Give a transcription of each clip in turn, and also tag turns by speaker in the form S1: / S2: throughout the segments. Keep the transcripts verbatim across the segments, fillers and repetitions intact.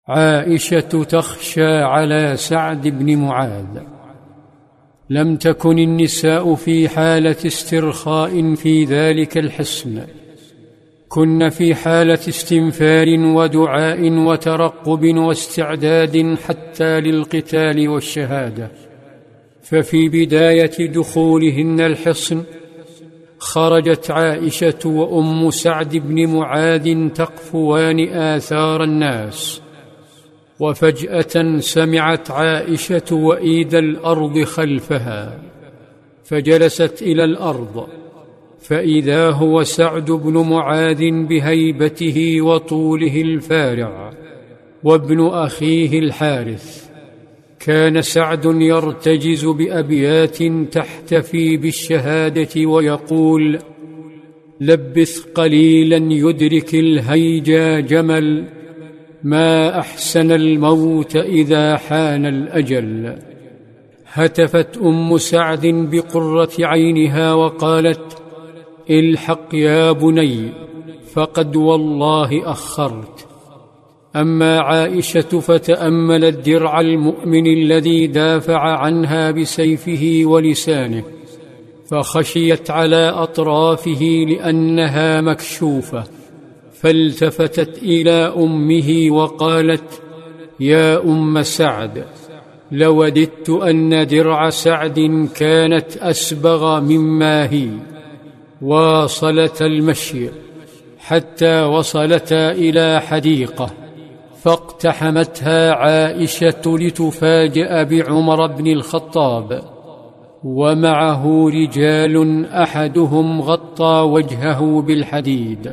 S1: عائشة تخشى على سعد بن معاذ. لم تكن النساء في حالة استرخاء في ذلك الحصن، كن في حالة استنفار ودعاء وترقب واستعداد حتى للقتال والشهادة. ففي بداية دخولهن الحصن خرجت عائشة وأم سعد بن معاذ تقفوان آثار الناس، وفجأة سمعت عائشة وإيد الأرض خلفها، فجلست إلى الأرض، فإذا هو سعد بن معاذ بهيبته وطوله الفارع وابن أخيه الحارث. كان سعد يرتجز بأبيات تحتفي بالشهادة ويقول: لبث قليلا يدرك الهيجا جمل، ما أحسن الموت إذا حان الأجل. هتفت أم سعد بقرة عينها وقالت: الحق يا بني، فقد والله أخرت. أما عائشة فتأملت درع المؤمن الذي دافع عنها بسيفه ولسانه، فخشيت على أطرافه لأنها مكشوفة، فالتفتت إلى أمه وقالت: يا أم سعد، لوددت أن درع سعد كانت أسبغ مما هي. واصلتا المشي حتى وصلتا إلى حديقة، فاقتحمتها عائشة لتفاجأ بعمر بن الخطاب، ومعه رجال أحدهم غطى وجهه بالحديد.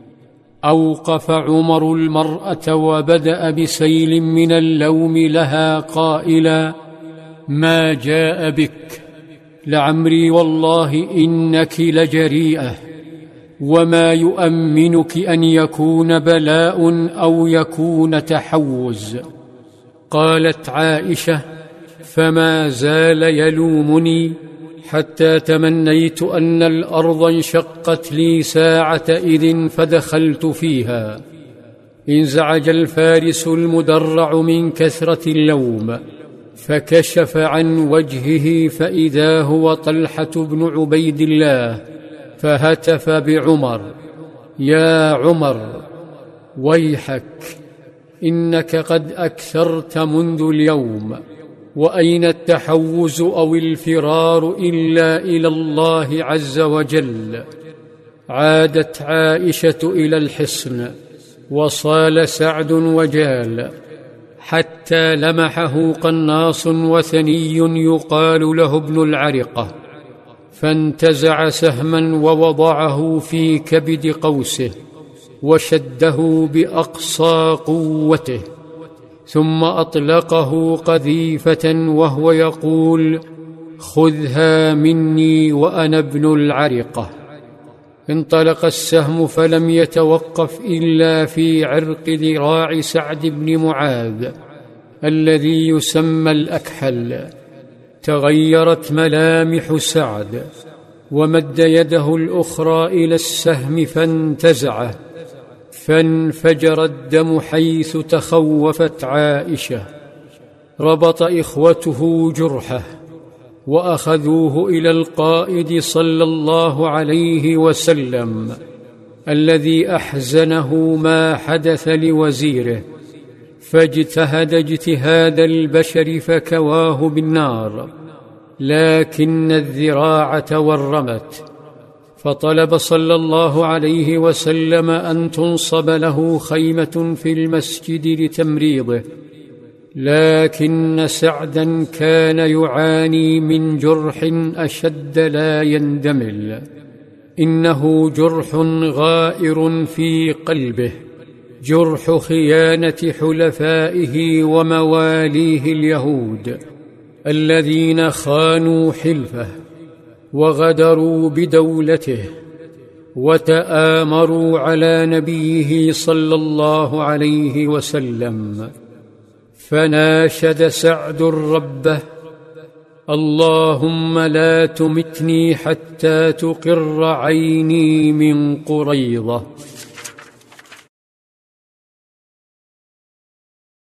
S1: أوقف عمر المرأة وبدأ بسيل من اللوم لها قائلا: ما جاء بك؟ لعمري والله إنك لجريئة، وما يؤمنك أن يكون بلاء أو يكون تحوز. قالت عائشة: فما زال يلومني حتى تمنيت أن الأرض انشقت لي ساعة إذ فدخلت فيها. انزعج الفارس المدرع من كثرة اللوم، فكشف عن وجهه فإذا هو طلحة بن عبيد الله، فهتف بعمر: يا عمر، ويحك، إنك قد أكثرت منذ اليوم، وأين التحوز أو الفرار إلا إلى الله عز وجل. عادت عائشة إلى الحصن، وصال سعد وجال، حتى لمحه قناص وثني يقال له ابن العرقة، فانتزع سهما ووضعه في كبد قوسه وشده بأقصى قوته، ثم أطلقه قذيفة وهو يقول: خذها مني وأنا ابن العرقة. انطلق السهم فلم يتوقف إلا في عرق ذراع سعد بن معاذ الذي يسمى الأكحل. تغيرت ملامح سعد، ومد يده الأخرى إلى السهم فانتزعه، فانفجر الدم حيث تخوفت عائشة. ربط إخوته جرحه وأخذوه إلى القائد صلى الله عليه وسلم الذي أحزنه ما حدث لوزيره، فاجتهد اجتهاد البشر فكواه بالنار، لكن الذراع تورمت، فطلب صلى الله عليه وسلم أن تنصب له خيمة في المسجد لتمريضه، لكن سعدا كان يعاني من جرح أشد لا يندمل. إنه جرح غائر في قلبه، جرح خيانة حلفائه ومواليه اليهود الذين خانوا حلفه وغدروا بدولته وتآمروا على نبيه صلى الله عليه وسلم. فناشد سعد ربه: اللهم لا تمتني حتى تقر عيني من قريظة.